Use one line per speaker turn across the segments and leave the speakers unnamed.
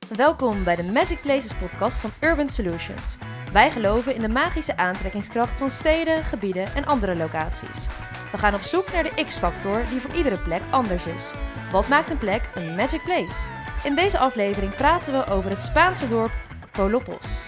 Welkom bij de Magic Places podcast van Urban Solutions. Wij geloven in de magische aantrekkingskracht van steden, gebieden en andere locaties. We gaan op zoek naar de X-factor die voor iedere plek anders is. Wat maakt een plek een Magic Place? In deze aflevering praten we over het Spaanse dorp Polopos.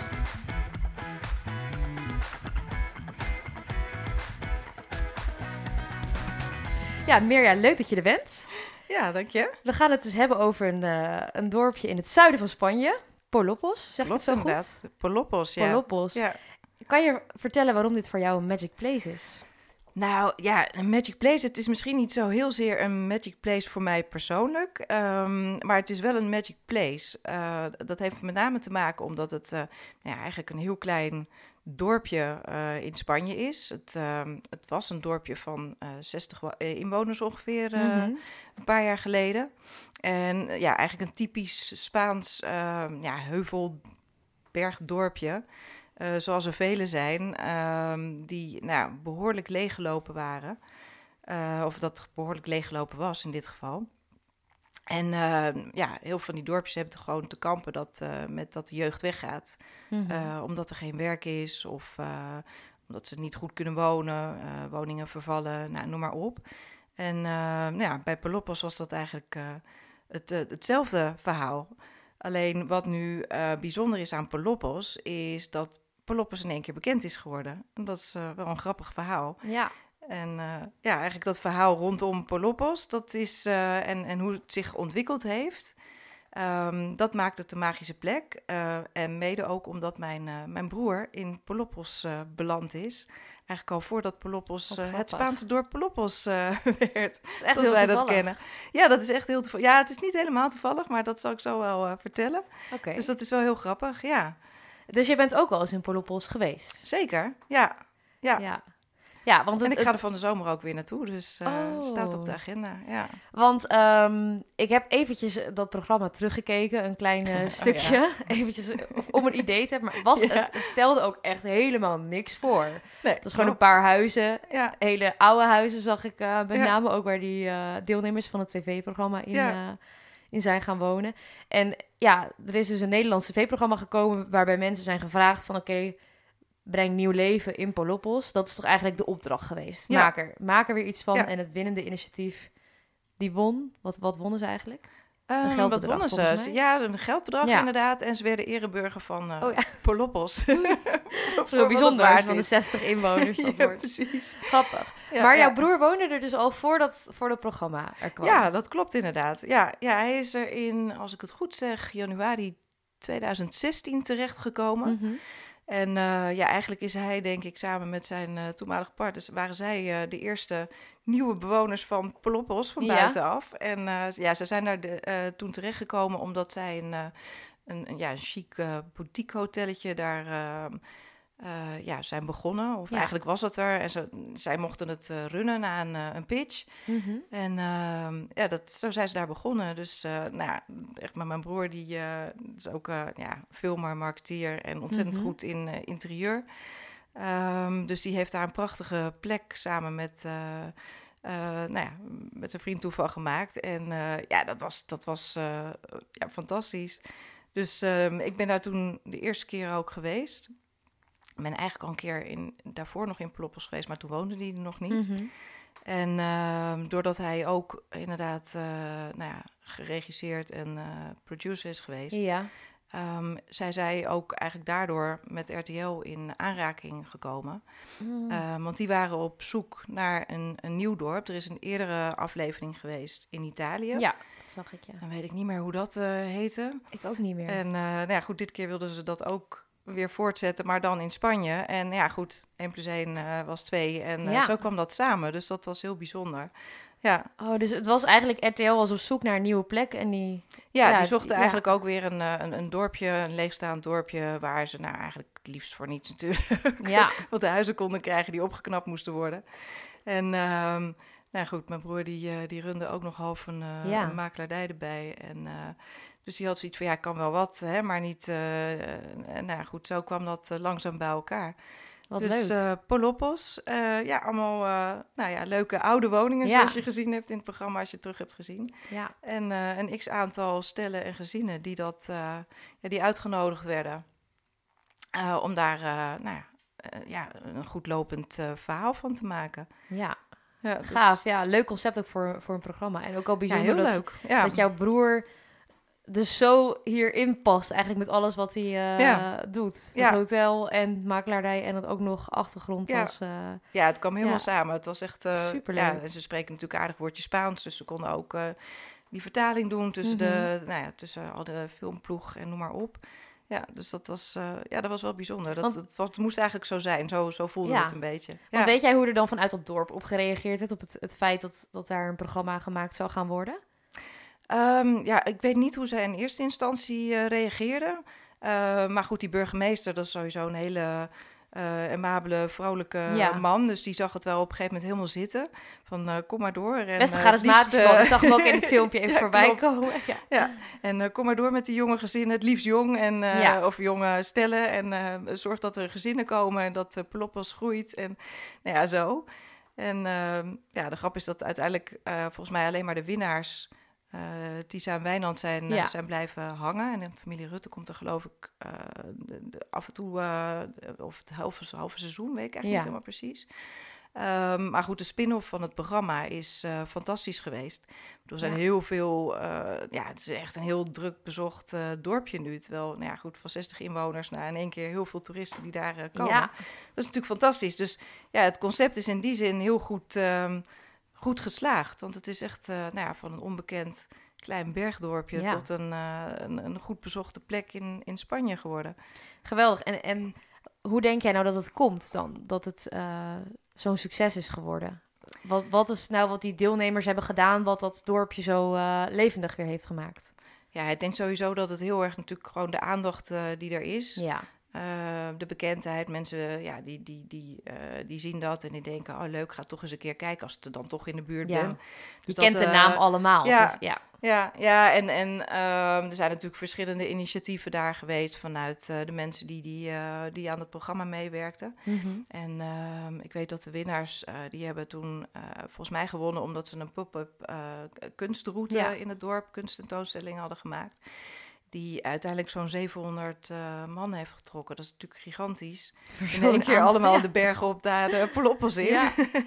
Ja, Mirja, leuk dat je er bent.
Ja, dank je.
We gaan het dus hebben over een dorpje in het zuiden van Spanje. Polopos, zeg ik het zo
inderdaad.
goed?
Polopos, ja.
Polopos.
Ja.
Kan je vertellen waarom dit voor jou een magic place is?
Nou ja, een magic place, het is misschien niet zo heel zeer een magic place voor mij persoonlijk. Maar het is wel een magic place. Dat heeft met name te maken omdat het eigenlijk een heel klein dorpje in Spanje is. Het was een dorpje van 60 inwoners ongeveer een paar jaar geleden. En ja, eigenlijk een typisch Spaans heuvelbergdorpje. Zoals er vele zijn, die behoorlijk leeggelopen waren. Of dat behoorlijk leeggelopen was in dit geval. En heel veel van die dorpjes hebben gewoon te kampen met dat de jeugd weggaat. Omdat er geen werk is of omdat ze niet goed kunnen wonen, woningen vervallen, noem maar op. En bij Polopos was dat eigenlijk hetzelfde verhaal. Alleen wat nu bijzonder is aan Polopos, is dat Polopos in één keer bekend is geworden. En dat is wel een grappig verhaal.
Ja.
En eigenlijk dat verhaal rondom Polopos, dat is en hoe het zich ontwikkeld heeft, dat maakt het een magische plek. En mede ook omdat mijn broer in Polopos beland is. Eigenlijk al voordat Polopos het Spaanse dorp Polopos werd, zoals wij dat kennen. Ja, dat is echt heel toevallig. Ja, het is niet helemaal toevallig, maar dat zal ik zo wel vertellen.
Okay.
Dus dat is wel heel grappig, ja.
Dus je bent ook wel eens in Polopos geweest?
Zeker, ja.
Ja, want
ik ga er van de zomer ook weer naartoe, dus staat op de agenda, ja.
Want ik heb eventjes dat programma teruggekeken, een klein stukje, eventjes om een idee te hebben. Maar het stelde ook echt helemaal niks voor.
Nee,
het was gewoon een paar huizen, hele oude huizen zag ik met name ook waar die deelnemers van het tv-programma in zijn gaan wonen. En ja, er is dus een Nederlands tv-programma gekomen waarbij mensen zijn gevraagd van oké, breng nieuw leven in Polopos. Dat is toch eigenlijk de opdracht geweest.
Ja.
Maak er weer iets van.
Ja.
En het winnende initiatief, die won. Wat wonnen ze eigenlijk?
Een geldbedrag, wat wonnen ze? Ja, een geldbedrag inderdaad. En ze werden ereburger van Polopos.
Dat is wel bijzonder als van de 60 inwoners. Dat wordt.
Precies.
Grappig. Ja, maar jouw broer woonde er dus al voor het programma er kwam.
Ja, dat klopt inderdaad. Ja, hij is er in, als ik het goed zeg, januari 2016 terechtgekomen.
Mm-hmm.
En eigenlijk is hij, denk ik, samen met zijn toenmalige partners, waren zij de eerste nieuwe bewoners van Polopos van buitenaf. En ze zijn daar toen terechtgekomen omdat zij een chic boutique hotelletje daar zijn begonnen. Of eigenlijk was het er. En zij mochten het runnen na een pitch.
Mm-hmm.
En zo zijn ze daar begonnen. Dus echt met mijn broer, die is ook filmer, marketeer en ontzettend goed in interieur. Dus die heeft daar een prachtige plek samen met een vriend toe van gemaakt. En dat was fantastisch. Dus ik ben daar toen de eerste keer ook geweest. Ik ben eigenlijk al een keer daarvoor nog in Polopos geweest, maar toen woonde die er nog niet.
Mm-hmm.
En doordat hij ook inderdaad geregisseerd en producer is geweest, zijn zij ook eigenlijk daardoor met RTL in aanraking gekomen. Want die waren op zoek naar een nieuw dorp. Er is een eerdere aflevering geweest in Italië.
Ja, dat zag ik, ja.
Dan weet ik niet meer hoe dat heette.
Ik ook niet meer.
En goed, dit keer wilden ze dat ook weer voortzetten, maar dan in Spanje. En 1 + 1 was 2. En zo kwam dat samen. Dus dat was heel bijzonder. Ja.
Oh, dus het was eigenlijk, RTL was op zoek naar een nieuwe plek en die
zochten eigenlijk ook weer een dorpje, een leegstaand dorpje, waar ze eigenlijk het liefst voor niets natuurlijk, want de huizen konden krijgen die opgeknapt moesten worden. En mijn broer die runde ook nog half een makelaardij erbij. En dus die had zoiets van, ik kan wel wat, maar niet. Zo kwam dat langzaam bij elkaar.
Wat
Dus
leuk.
Polopos, allemaal leuke oude woningen, zoals je gezien hebt in het programma, als je het terug hebt gezien.
Ja.
En een x-aantal stellen en gezinnen die uitgenodigd werden om daar een goed lopend verhaal van te maken.
Ja,
Ja, dus,
gaaf. Ja, leuk concept ook voor een programma. En ook al
ja,
bijzonder
heel leuk. Ja.
dat jouw broer dus zo hierin past. Eigenlijk met alles wat hij doet. Het
Ja.
hotel en makelaardij en dan ook nog achtergrond
Ja.
als...
Ja, het kwam helemaal
Ja.
samen. Het was echt...
Superleuk.
Ja, en ze spreken natuurlijk aardig woordje Spaans, dus ze konden ook die vertaling doen tussen, tussen al de filmploeg en noem maar op. Ja, dus dat was wel bijzonder. Het moest eigenlijk zo zijn. Zo voelde het een beetje.
Want weet jij hoe er dan vanuit dat dorp op gereageerd werd... op het feit dat daar een programma gemaakt zou gaan worden?
Ik weet niet hoe zij in eerste instantie reageerden. Maar goed, die burgemeester, dat is sowieso een hele amabele, vrolijke man. Dus die zag het wel op een gegeven moment helemaal zitten. Van, kom maar door. En,
best een charismatisch man. Ik zag hem ook in het filmpje even voorbij
klopt.
komen.
Ja, en kom maar door met die jonge gezinnen. Het liefst jong of jonge stellen. En zorg dat er gezinnen komen en dat Polopos groeit. En zo. En de grap is dat uiteindelijk volgens mij alleen maar de winnaars... Tisa en Wijnand zijn blijven hangen. En de familie Rutte komt er geloof ik af en toe... of het halve seizoen, weet ik eigenlijk niet helemaal precies. Maar goed, de spin-off van het programma is fantastisch geweest. Er zijn heel veel... het is echt een heel druk bezocht dorpje nu. Terwijl, van 60 inwoners naar in één keer heel veel toeristen die daar komen.
Ja.
Dat is natuurlijk fantastisch. Dus het concept is in die zin heel goed geslaagd. Want het is echt van een onbekend klein bergdorpje tot een goed bezochte plek in Spanje geworden.
Geweldig. En hoe denk jij nou dat het komt dan? Dat het zo'n succes is geworden? Wat is nou wat die deelnemers hebben gedaan... wat dat dorpje zo levendig weer heeft gemaakt?
Ja, ik denk sowieso dat het heel erg natuurlijk gewoon de aandacht die er is...
Ja.
De bekendheid, mensen die zien dat en die denken... oh leuk, ga toch eens een keer kijken als ik er dan toch in de buurt ben.
Je kent de naam allemaal.
Ja,
dus,
en er zijn natuurlijk verschillende initiatieven daar geweest... vanuit de mensen die aan het programma meewerkten.
Mm-hmm.
En ik weet dat de winnaars, die hebben toen volgens mij gewonnen... omdat ze een pop-up kunstroute in het dorp, kunsttentoonstelling hadden gemaakt... die uiteindelijk zo'n 700 man heeft getrokken. Dat is natuurlijk gigantisch. In één keer allemaal de bergen op daar de Polopos in.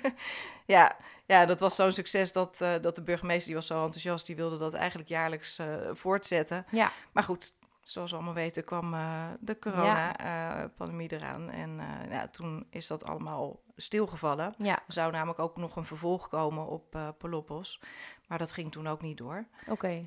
Ja. Ja, dat was zo'n succes dat de burgemeester, die was zo enthousiast... die wilde dat eigenlijk jaarlijks voortzetten.
Ja.
Maar goed, zoals we allemaal weten kwam de corona-pandemie eraan. En toen is dat allemaal stilgevallen. Ja. Er zou namelijk ook nog een vervolg komen op Polopos. Maar dat ging toen ook niet door.
Oké.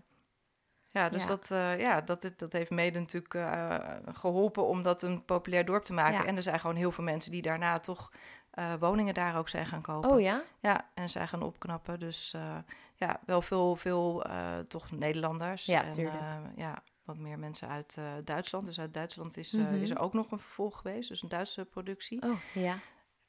Ja, dus dat heeft mede natuurlijk geholpen om dat een populair dorp te maken. Ja. En er zijn gewoon heel veel mensen die daarna toch woningen daar ook zijn gaan kopen.
Oh ja?
Ja, en zijn gaan opknappen. Dus wel veel toch Nederlanders.
Ja,
en,
tuurlijk.
Wat meer mensen uit Duitsland. Dus uit Duitsland is er ook nog een vervolg geweest. Dus een Duitse productie.
Oh, ja.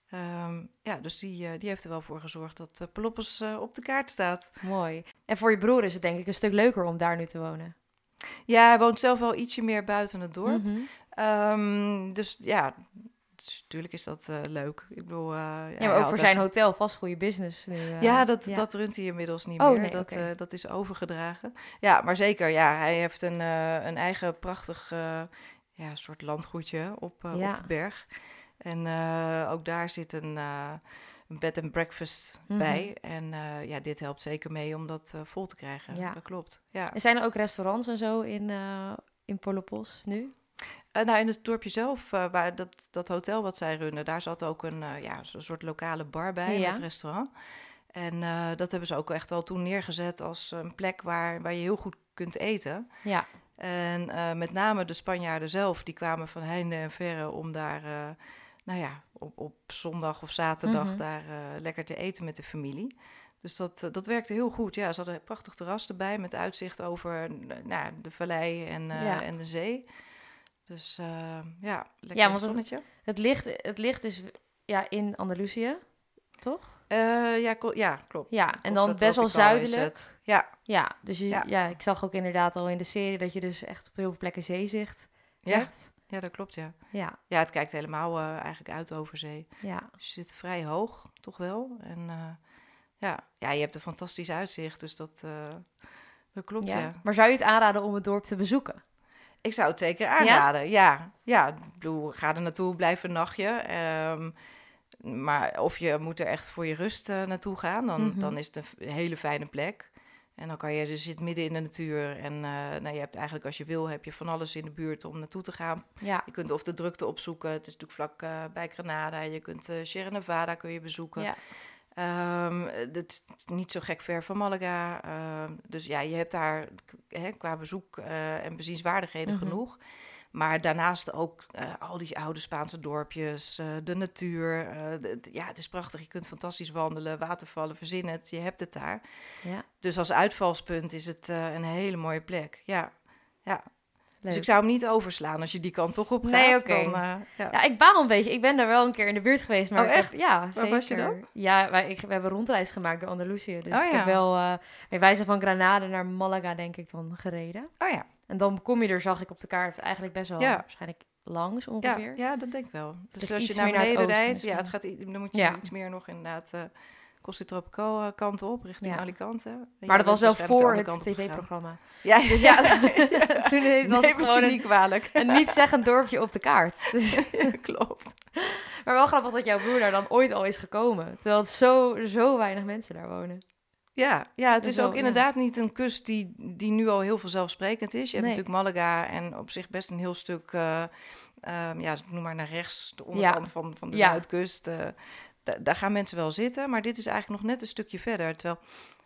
Dus die heeft er wel voor gezorgd dat Polopos op de kaart staat.
Mooi. En voor je broer is het denk ik een stuk leuker om daar nu te wonen.
Ja, hij woont zelf wel ietsje meer buiten het dorp.
Mm-hmm.
Dus natuurlijk is dat leuk. Ik bedoel,
maar ook voor zijn hotel vast goede business nu.
Dat runt hij inmiddels niet meer. Nee, dat is overgedragen. Ja, maar zeker. Ja, hij heeft een eigen prachtig soort landgoedje op de berg. En ook daar zit een bed and breakfast bij. En dit helpt zeker mee om dat vol te krijgen. Ja. Dat klopt. Ja.
En zijn er ook restaurants en zo in Polopos nu?
In het dorpje zelf, waar dat hotel wat zij runnen... daar zat ook een soort lokale bar bij, het restaurant. En dat hebben ze ook echt wel toen neergezet als een plek waar je heel goed kunt eten. Ja. En met name de Spanjaarden zelf, die kwamen van heinde en verre om daar... op zondag of zaterdag daar lekker te eten met de familie. Dus dat werkte heel goed. Ja, ze hadden een prachtig terras erbij met uitzicht over de vallei en de zee. Dus lekker
want
zonnetje.
Het ligt dus in Andalusië, toch?
Klopt.
Ja, en dan best wel zuidelijk. Ja, dus ik zag ook inderdaad al in de serie dat je dus echt op heel veel plekken zeezicht hebt.
Ja, dat klopt, ja.
Ja,
Ja, het kijkt helemaal eigenlijk uit over zee.
ja.
Dus je zit vrij hoog, toch wel. En ja, je hebt een fantastisch uitzicht, dus dat klopt, ja.
Maar zou je het aanraden om het dorp te bezoeken?
Ik zou het zeker aanraden, ja. Ja, ik bedoel, ga er naartoe, blijf een nachtje. Maar of je moet er echt voor je rust naartoe gaan, dan is het een hele fijne plek. En dan je zit midden in de natuur en je hebt eigenlijk als je wil, heb je van alles in de buurt om naartoe te gaan.
Ja.
Je kunt of de drukte opzoeken, het is natuurlijk vlak bij Granada. Je kunt Sierra Nevada kun je bezoeken.
Ja.
Het is niet zo gek ver van Malaga. Dus ja, je hebt daar qua bezoek en bezienswaardigheden genoeg. Maar daarnaast ook al die oude Spaanse dorpjes, de natuur. Het is prachtig. Je kunt fantastisch wandelen, watervallen, verzin het. Je hebt het daar.
Ja.
Dus als uitvalspunt is het een hele mooie plek. Ja.
Leuk.
Dus ik zou hem niet overslaan als je die kant toch op gaat.
Nee, oké. Ja, ik baal een beetje. Ik ben daar wel een keer in de buurt geweest. Maar
echt?
Ja,
Waar
zeker.
was je dan?
Ja, we hebben een rondreis gemaakt door Andalusië. Dus ik heb wel... wij zijn van Granada naar Malaga, denk ik, dan gereden.
Oh ja.
En dan kom je er, zag ik op de kaart, eigenlijk best wel waarschijnlijk langs ongeveer.
Ja, dat denk ik wel. Dus als je
iets
naar
meer naar het
beneden
oosten
rijdt, dan moet je iets meer nog inderdaad Costa Tropical kant op, richting Alicante.
Maar dat was wel voor het tv-programma.
Ja,
dus toen was het gewoon
niet kwalijk.
Een niet-zeggend dorpje op de kaart. Dus
klopt.
Maar wel grappig dat jouw broer daar dan ooit al is gekomen. Terwijl het zo weinig mensen daar wonen.
Ja, het is ook inderdaad niet een kust die nu al heel vanzelfsprekend is. Je hebt natuurlijk Malaga en op zich best een heel stuk, noem maar naar rechts, de onderkant van de zuidkust. Daar gaan mensen wel zitten, maar dit is eigenlijk nog net een stukje verder. Terwijl,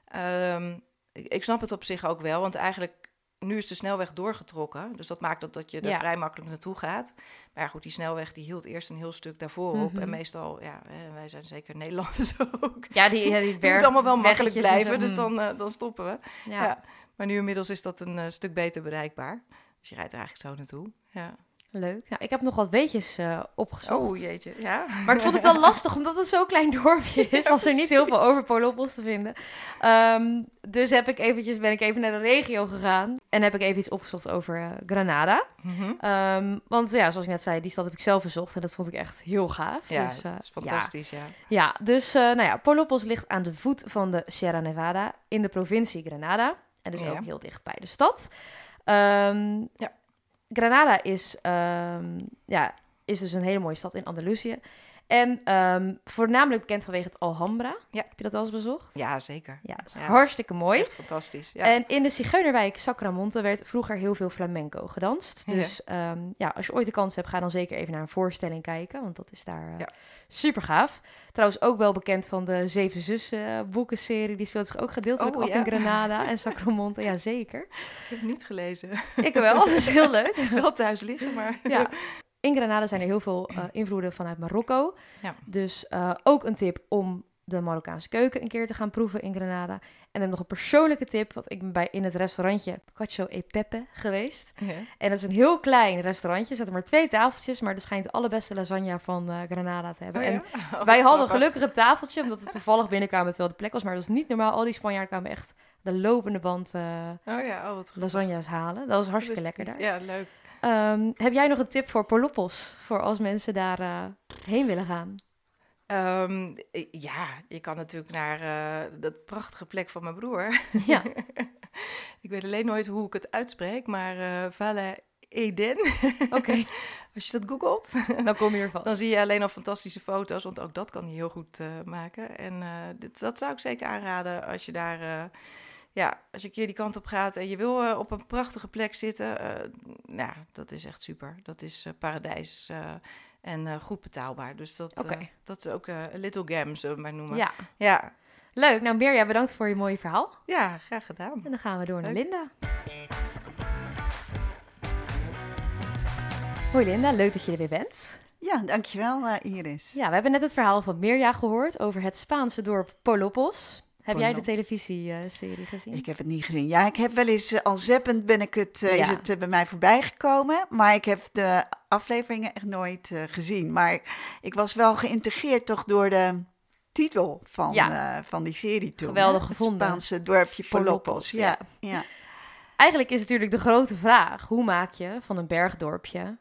ik snap het op zich ook wel, want eigenlijk nu is de snelweg doorgetrokken. Dus dat maakt dat je er vrij makkelijk naartoe gaat. Maar goed, die snelweg die hield eerst een heel stuk daarvoor op. En meestal, wij zijn zeker Nederlanders ook.
Ja, die
moet allemaal wel makkelijk blijven,
dus
dan stoppen we. Ja. Maar nu inmiddels is dat een stuk beter bereikbaar. Dus je rijdt er eigenlijk zo naartoe. Ja.
Leuk. Nou, ik heb nog wat weetjes opgezocht.
Oh jeetje, ja.
Maar ik vond het wel lastig, omdat het zo'n klein dorpje is. Was er niet heel veel over Polopos te vinden. Dus ben ik even naar de regio gegaan. En heb ik even iets opgezocht over Granada. Want zoals ik net zei, die stad heb ik zelf bezocht. En dat vond ik echt heel gaaf.
Ja,
dus,
dat is fantastisch,
Ja, dus Polopos ligt aan de voet van de Sierra Nevada in de provincie Granada. En dus ook heel dicht bij de stad. Granada is dus een hele mooie stad in Andalusië. En voornamelijk bekend vanwege het Alhambra. Ja. Heb je dat wel eens bezocht?
Ja, zeker.
Ja, dat is hartstikke mooi.
Echt fantastisch. Ja.
En in de zigeunerwijk Sacramonte werd vroeger heel veel flamenco gedanst. Dus als je ooit de kans hebt, ga dan zeker even naar een voorstelling kijken. Want dat is daar super gaaf. Trouwens ook wel bekend van de Zeven Zussen boekenserie. Die speelt zich ook gedeeltelijk af in Granada en Sacramonte. Ja, zeker.
Ik heb het niet gelezen.
Ik wel, dat is heel leuk.
Wel thuis liggen, maar...
Ja. In Granada zijn er heel veel invloeden vanuit Marokko. Ja. Dus ook een tip om de Marokkaanse keuken een keer te gaan proeven in Granada. En dan nog een persoonlijke tip, want ik ben in het restaurantje Cacho e Pepe geweest. Ja. En dat is een heel klein restaurantje. Er zaten maar 2 tafeltjes, maar er schijnt de allerbeste lasagne van Granada te hebben. En wij hadden gelukkig een tafeltje, omdat we toevallig binnenkwamen terwijl de plek was. Maar dat was niet normaal. Al die Spanjaarden kwamen echt de lopende band lasagnes halen. Dat was hartstikke lekker daar.
Ja, leuk.
Heb jij nog een tip voor Polopos, voor als mensen daar heen willen gaan?
Je kan natuurlijk naar dat prachtige plek van mijn broer.
Ja.
Ik weet alleen nooit hoe ik het uitspreek, maar Vala Eden.
Oké.
Als je dat googelt,
dan kom je ervan.
Dan zie je alleen al fantastische foto's, want ook dat kan hij heel goed maken. En dat zou ik zeker aanraden als je daar... als je een keer die kant op gaat en je wil op een prachtige plek zitten, dat is echt super. Dat is paradijs en goed betaalbaar. Dus dat is ook een little gem, zullen we maar noemen. Ja.
Leuk. Nou, Mirja, bedankt voor je mooie verhaal.
Ja, graag gedaan.
En dan gaan we door naar Linda. Hoi Linda, leuk dat je er weer bent.
Ja, dankjewel Iris.
Ja, we hebben net het verhaal van Mirja gehoord over het Spaanse dorp Polopos. Heb jij de televisieserie gezien?
Ik heb het niet gezien. Ja, ik heb wel eens al zeppend is het bij mij voorbij gekomen. Maar ik heb de afleveringen echt nooit gezien. Maar ik was wel geïntegreerd toch door de titel van die serie toen.
Geweldig gevonden.
Het Spaanse dorpje Polopos. Ja.
Eigenlijk is natuurlijk de grote vraag: hoe maak je van een bergdorpje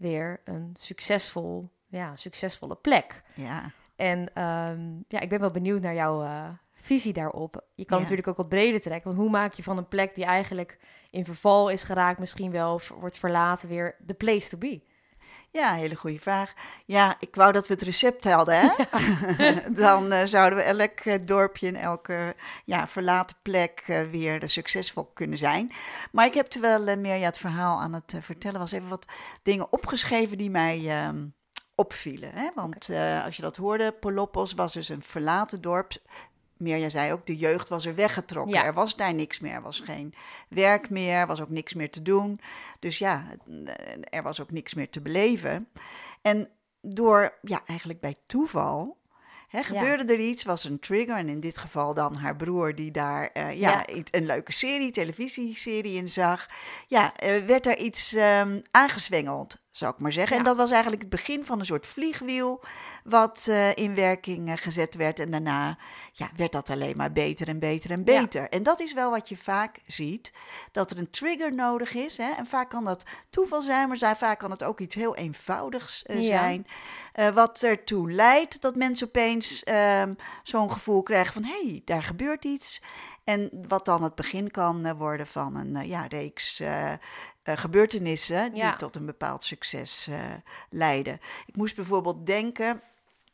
weer een succesvolle plek.
Ja.
En ik ben wel benieuwd naar jouw visie daarop. Je kan natuurlijk ook wat breder trekken. Want hoe maak je van een plek die eigenlijk in verval is geraakt, misschien wel wordt verlaten, weer the place to be?
Ja, hele goede vraag. Ja, ik wou dat we het recept hadden, hè? Ja. Dan zouden we elk dorpje en elke verlaten plek weer succesvol kunnen zijn. Maar ik heb terwijl Mirja het verhaal aan het vertellen was, even wat dingen opgeschreven die mij opvielen. Hè? Want als je dat hoorde, Polopos was dus een verlaten dorp. Mirja zei ook, de jeugd was er weggetrokken. Ja. Er was daar niks meer. Er was geen werk meer. Er was ook niks meer te doen. Dus ja, er was ook niks meer te beleven. En door, eigenlijk bij toeval, gebeurde er iets, was een trigger. En in dit geval dan haar broer die daar een leuke televisieserie in zag. Ja, werd er iets aangezwengeld, zou ik maar zeggen. Ja. En dat was eigenlijk het begin van een soort vliegwiel wat in werking gezet werd. En daarna werd dat alleen maar beter en beter en beter. Ja. En dat is wel wat je vaak ziet, dat er een trigger nodig is. Hè? En vaak kan dat toeval zijn, maar vaak kan het ook iets heel eenvoudigs zijn. Wat ertoe leidt dat mensen opeens zo'n gevoel krijgen van, hé, daar gebeurt iets. En wat dan het begin kan worden van een reeks gebeurtenissen die tot een bepaald succes leiden. Ik moest bijvoorbeeld denken,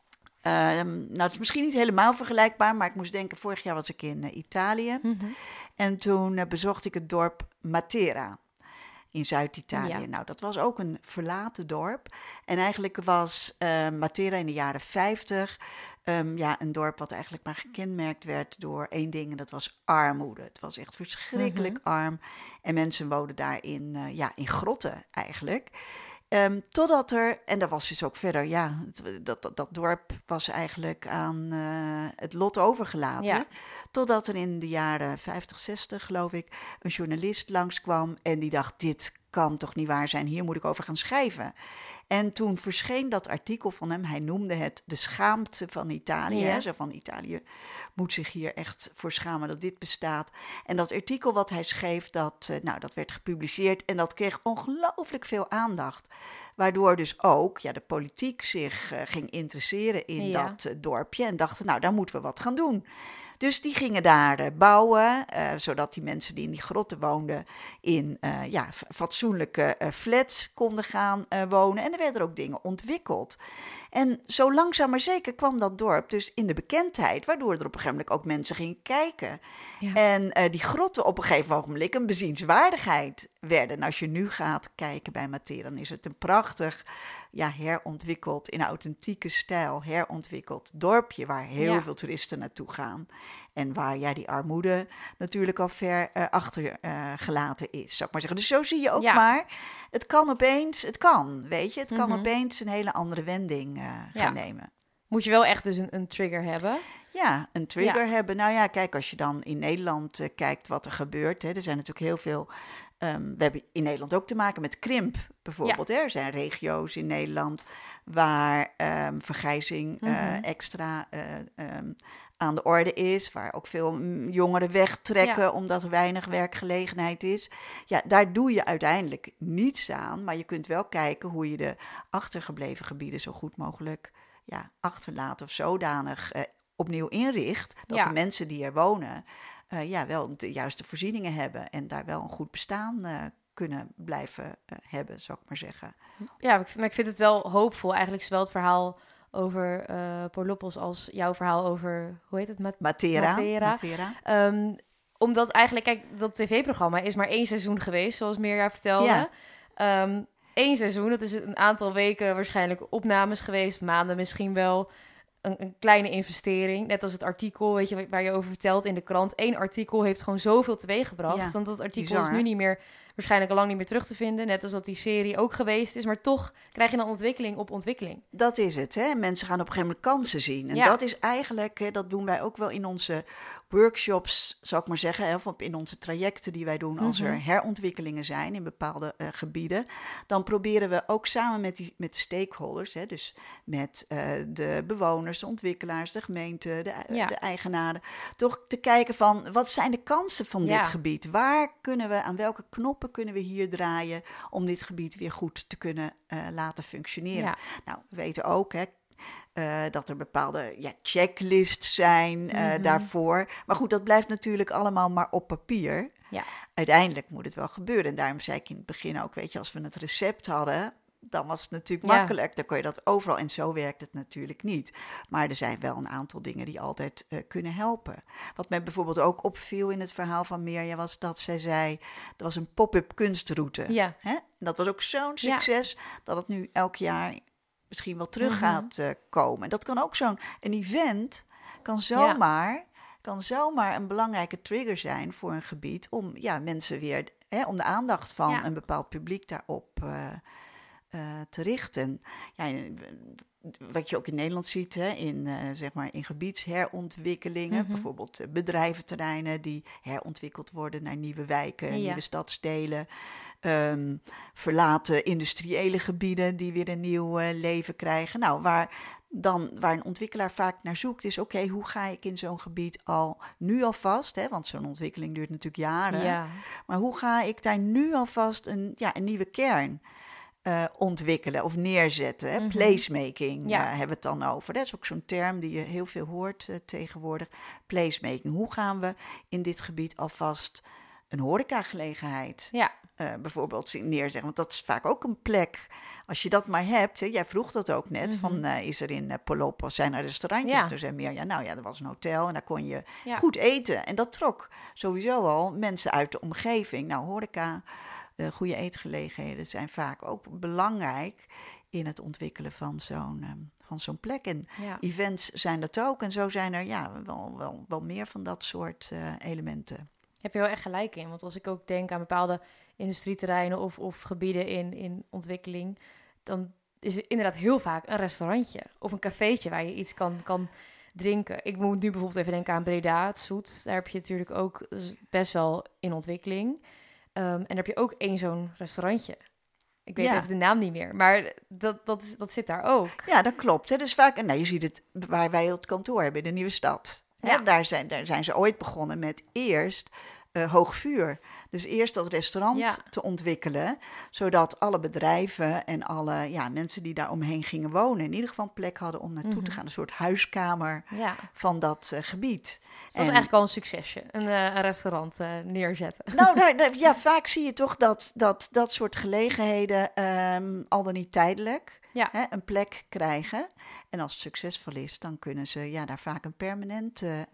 het is misschien niet helemaal vergelijkbaar, maar ik moest denken, vorig jaar was ik in Italië. Mm-hmm. En toen bezocht ik het dorp Matera in Zuid-Italië. Ja. Nou, dat was ook een verlaten dorp. En eigenlijk was Matera in de jaren 50... een dorp wat eigenlijk maar gekenmerkt werd door één ding, en dat was armoede. Het was echt verschrikkelijk arm. En mensen woonden daar in grotten eigenlijk. Totdat er, en dat was dus ook verder, dat dorp was eigenlijk aan het lot overgelaten. Ja. Totdat er in de jaren 50, 60, geloof ik, een journalist langskwam en die dacht, dit kan toch niet waar zijn, hier moet ik over gaan schrijven. En toen verscheen dat artikel van hem, hij noemde het de schaamte van Italië. Ja. Zo van, Italië moet zich hier echt voor schamen dat dit bestaat. En dat artikel wat hij schreef, dat werd gepubliceerd en dat kreeg ongelooflijk veel aandacht. Waardoor dus ook de politiek zich ging interesseren in dat dorpje en dachten, daar moeten we wat gaan doen. Dus die gingen daar bouwen, zodat die mensen die in die grotten woonden in fatsoenlijke flats konden gaan wonen. En er werden ook dingen ontwikkeld. En zo langzaam maar zeker kwam dat dorp dus in de bekendheid, waardoor er op een gegeven moment ook mensen gingen kijken. Ja. En die grotten op een gegeven ogenblik een bezienswaardigheid werden. En als je nu gaat kijken bij Matera, dan is het een prachtig, herontwikkeld, in authentieke stijl, herontwikkeld dorpje waar heel veel toeristen naartoe gaan. En waar die armoede natuurlijk al ver achtergelaten is, zou ik maar zeggen. Dus zo zie je ook maar, het kan, weet je. Het kan opeens een hele andere wending gaan nemen. Moet je wel echt dus een trigger hebben? Ja, een trigger hebben. Nou ja, kijk, als je dan in Nederland kijkt wat er gebeurt. Hè, er zijn natuurlijk heel veel. We hebben in Nederland ook te maken met krimp, bijvoorbeeld. Ja. Hè? Er zijn regio's in Nederland waar vergrijzing extra aan de orde is. Waar ook veel jongeren wegtrekken omdat er weinig werkgelegenheid is. Ja, daar doe je uiteindelijk niets aan. Maar je kunt wel kijken hoe je de achtergebleven gebieden zo goed mogelijk achterlaat of zodanig opnieuw inricht. Dat de mensen die er wonen wel de juiste voorzieningen hebben en daar wel een goed bestaan kunnen blijven hebben, zou ik maar zeggen.
Ja, maar ik vind het wel hoopvol. Eigenlijk zowel het verhaal over Polopos als jouw verhaal over, hoe heet het? Matera. Omdat eigenlijk, kijk, dat tv-programma is maar 1 seizoen geweest, zoals Mirja vertelde. Ja. 1 seizoen, dat is een aantal weken waarschijnlijk opnames geweest, maanden misschien wel. Een kleine investering, net als het artikel, weet je, waar je over vertelt in de krant. 1 artikel heeft gewoon zoveel teweeggebracht. Want dat artikel is nu niet meer, waarschijnlijk al lang niet meer terug te vinden. Net als dat die serie ook geweest is. Maar toch krijg je dan ontwikkeling op ontwikkeling.
Dat is het, hè. Mensen gaan op een gegeven moment kansen zien. En dat is eigenlijk, dat doen wij ook wel in onze workshops, zou ik maar zeggen. Of in onze trajecten die wij doen als er herontwikkelingen zijn in bepaalde gebieden. Dan proberen we ook samen met de stakeholders, hè, dus met de bewoners, de ontwikkelaars, de gemeente, de eigenaren, toch te kijken van, wat zijn de kansen van dit gebied? Waar kunnen we, aan welke knoppen knopen kunnen we hier draaien om dit gebied weer goed te kunnen laten functioneren. Ja. Nou, we weten ook dat er bepaalde checklists zijn daarvoor. Maar goed, dat blijft natuurlijk allemaal maar op papier. Ja. Uiteindelijk moet het wel gebeuren. En daarom zei ik in het begin ook, weet je, als we het recept hadden, dan was het natuurlijk makkelijk. Dan kon je dat overal. En zo werkt het natuurlijk niet. Maar er zijn wel een aantal dingen die altijd kunnen helpen. Wat mij bijvoorbeeld ook opviel in het verhaal van Mirja was dat zij zei, er was een pop-up kunstroute. Ja. Hè? En dat was ook zo'n succes dat het nu elk jaar misschien wel terug gaat komen. En dat kan ook een event kan zomaar een belangrijke trigger zijn voor een gebied om mensen weer, om de aandacht van een bepaald publiek daarop te richten. Ja, wat je ook in Nederland ziet, in gebiedsherontwikkelingen, bijvoorbeeld bedrijventerreinen die herontwikkeld worden naar nieuwe wijken, nieuwe stadsdelen, verlaten industriële gebieden die weer een nieuw leven krijgen. Nou, waar een ontwikkelaar vaak naar zoekt is, oké, hoe ga ik in zo'n gebied nu alvast, want zo'n ontwikkeling duurt natuurlijk jaren, maar hoe ga ik daar nu alvast een nieuwe kern ontwikkelen of neerzetten. Hè? Placemaking hebben we het dan over. Dat is ook zo'n term die je heel veel hoort tegenwoordig. Placemaking. Hoe gaan we in dit gebied alvast een horecagelegenheid bijvoorbeeld neerzetten? Want dat is vaak ook een plek. Als je dat maar hebt, jij vroeg dat ook net, van is er in Polop of zijn er restaurantjes? Ja. Er zijn meer, er was een hotel en daar kon je goed eten. En dat trok sowieso al mensen uit de omgeving. Nou, horeca, goede eetgelegenheden zijn vaak ook belangrijk in het ontwikkelen van zo'n plek. En events zijn dat ook. En zo zijn er wel meer van dat soort elementen.
Heb je wel echt gelijk in. Want als ik ook denk aan bepaalde industrieterreinen of gebieden in ontwikkeling, dan is er inderdaad heel vaak een restaurantje of een cafeetje waar je iets kan drinken. Ik moet nu bijvoorbeeld even denken aan Breda, het Zoet. Daar heb je natuurlijk ook best wel in ontwikkeling. En daar heb je ook één zo'n restaurantje. Ik weet even de naam niet meer, maar dat zit daar ook.
Ja, dat klopt. Hè. Dus vaak, je ziet het waar wij het kantoor hebben, in de Nieuwe Stad. Ja. Daar zijn ze ooit begonnen met eerst hoog vuur. Dus eerst dat restaurant te ontwikkelen, zodat alle bedrijven en alle mensen die daar omheen gingen wonen, in ieder geval een plek hadden om naartoe te gaan. Een soort huiskamer van dat gebied. Dus
dat is eigenlijk al een succesje, een restaurant neerzetten.
Nou, vaak zie je toch dat soort gelegenheden, al dan niet tijdelijk, een plek krijgen. En als het succesvol is, dan kunnen ze daar vaak een permanente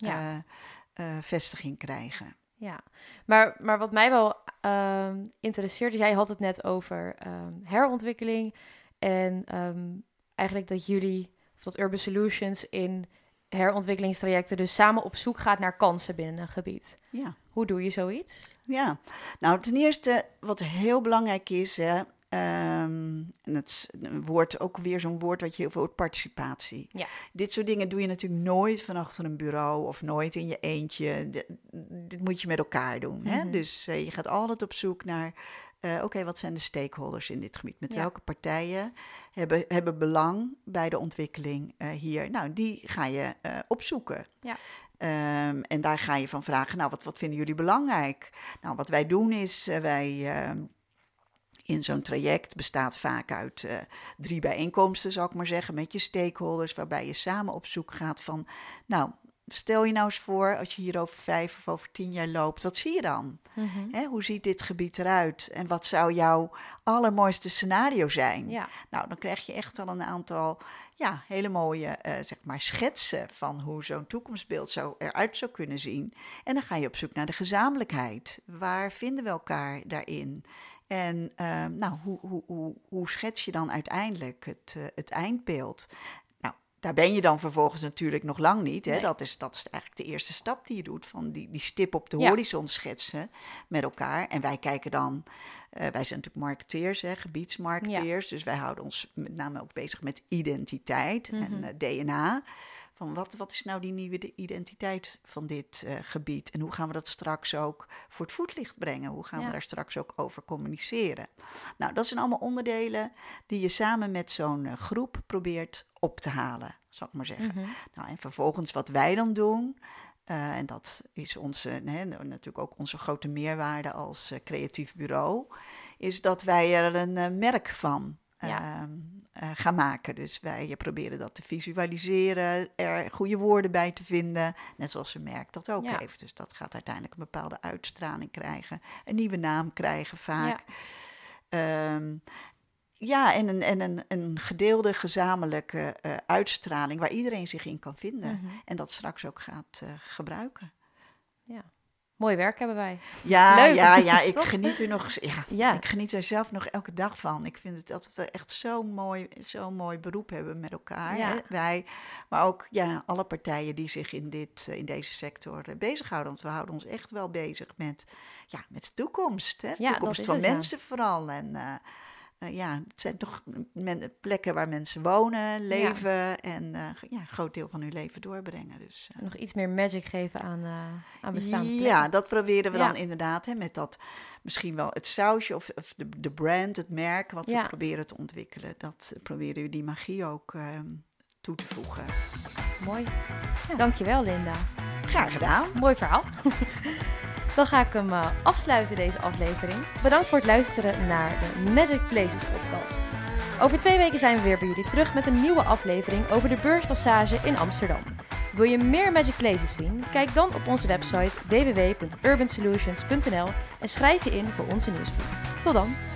vestiging krijgen.
Ja, maar wat mij wel interesseert, is jij had het net over herontwikkeling en eigenlijk dat Urban Solutions in herontwikkelingstrajecten dus samen op zoek gaat naar kansen binnen een gebied. Ja. Hoe doe je zoiets?
Ja, nou ten eerste wat heel belangrijk is, en het woord ook weer zo'n woord wat je heel veel hoort, participatie. Ja. Dit soort dingen doe je natuurlijk nooit van achter een bureau of nooit in je eentje. Dit moet je met elkaar doen. Hè? Dus je gaat altijd op zoek naar, wat zijn de stakeholders in dit gebied? Met welke partijen hebben belang bij de ontwikkeling hier? Nou, die ga je opzoeken. Ja. En daar ga je van vragen, wat vinden jullie belangrijk? Nou, wat wij doen is, in zo'n traject bestaat vaak uit 3 bijeenkomsten, zal ik maar zeggen, met je stakeholders, waarbij je samen op zoek gaat van, stel je nou eens voor, als je hier over 5 of over 10 jaar loopt, wat zie je dan? Hoe ziet dit gebied eruit? En wat zou jouw allermooiste scenario zijn? Ja. Nou, dan krijg je echt al een aantal hele mooie schetsen van hoe zo'n toekomstbeeld eruit zou kunnen zien. En dan ga je op zoek naar de gezamenlijkheid. Waar vinden we elkaar daarin? En hoe schets je dan uiteindelijk het eindbeeld? Nou, daar ben je dan vervolgens natuurlijk nog lang niet. Hè? Nee. Dat is eigenlijk de eerste stap die je doet, van die stip op de horizon schetsen met elkaar. En wij kijken dan, wij zijn natuurlijk marketeers, gebiedsmarketeers. Dus wij houden ons met name ook bezig met identiteit en DNA. Van wat is nou die nieuwe identiteit van dit gebied? En hoe gaan we dat straks ook voor het voetlicht brengen? Hoe gaan we daar straks ook over communiceren? Nou, dat zijn allemaal onderdelen die je samen met zo'n groep probeert op te halen, zal ik maar zeggen. Nou, en vervolgens wat wij dan doen, En dat is natuurlijk ook onze grote meerwaarde als creatief bureau, is dat wij er een merk van gaan maken. Dus wij proberen dat te visualiseren, er goede woorden bij te vinden, net zoals een merk dat ook heeft. Dus dat gaat uiteindelijk een bepaalde uitstraling krijgen, een nieuwe naam krijgen vaak. En een gedeelde gezamenlijke uitstraling waar iedereen zich in kan vinden. Mm-hmm. En dat straks ook gaat gebruiken.
Ja. Mooi werk hebben wij.
Ja, leuk. Ja, ik geniet er nog. Ja. Ik geniet er zelf nog elke dag van. Ik vind het dat we echt zo'n mooi beroep hebben met elkaar.
Ja.
Hè? Wij, maar ook alle partijen die zich in deze sector bezighouden. Want we houden ons echt wel bezig met de toekomst. Hè? De toekomst van mensen vooral. En het zijn toch plekken waar mensen wonen, leven en een groot deel van hun leven doorbrengen. Dus,
nog iets meer magic geven aan bestaande plekken.
Ja, dat proberen we dan inderdaad, met dat misschien wel het sausje of de brand, het merk wat we proberen te ontwikkelen. Dat proberen we die magie ook toe te voegen.
Mooi. Ja. Dankjewel, Linda.
Graag gedaan.
Mooi verhaal. Dan ga ik hem afsluiten, deze aflevering. Bedankt voor het luisteren naar de Magic Places podcast. Over 2 weken zijn we weer bij jullie terug met een nieuwe aflevering over de Beurspassage in Amsterdam. Wil je meer Magic Places zien? Kijk dan op onze website www.urbansolutions.nl en schrijf je in voor onze nieuwsbrief. Tot dan!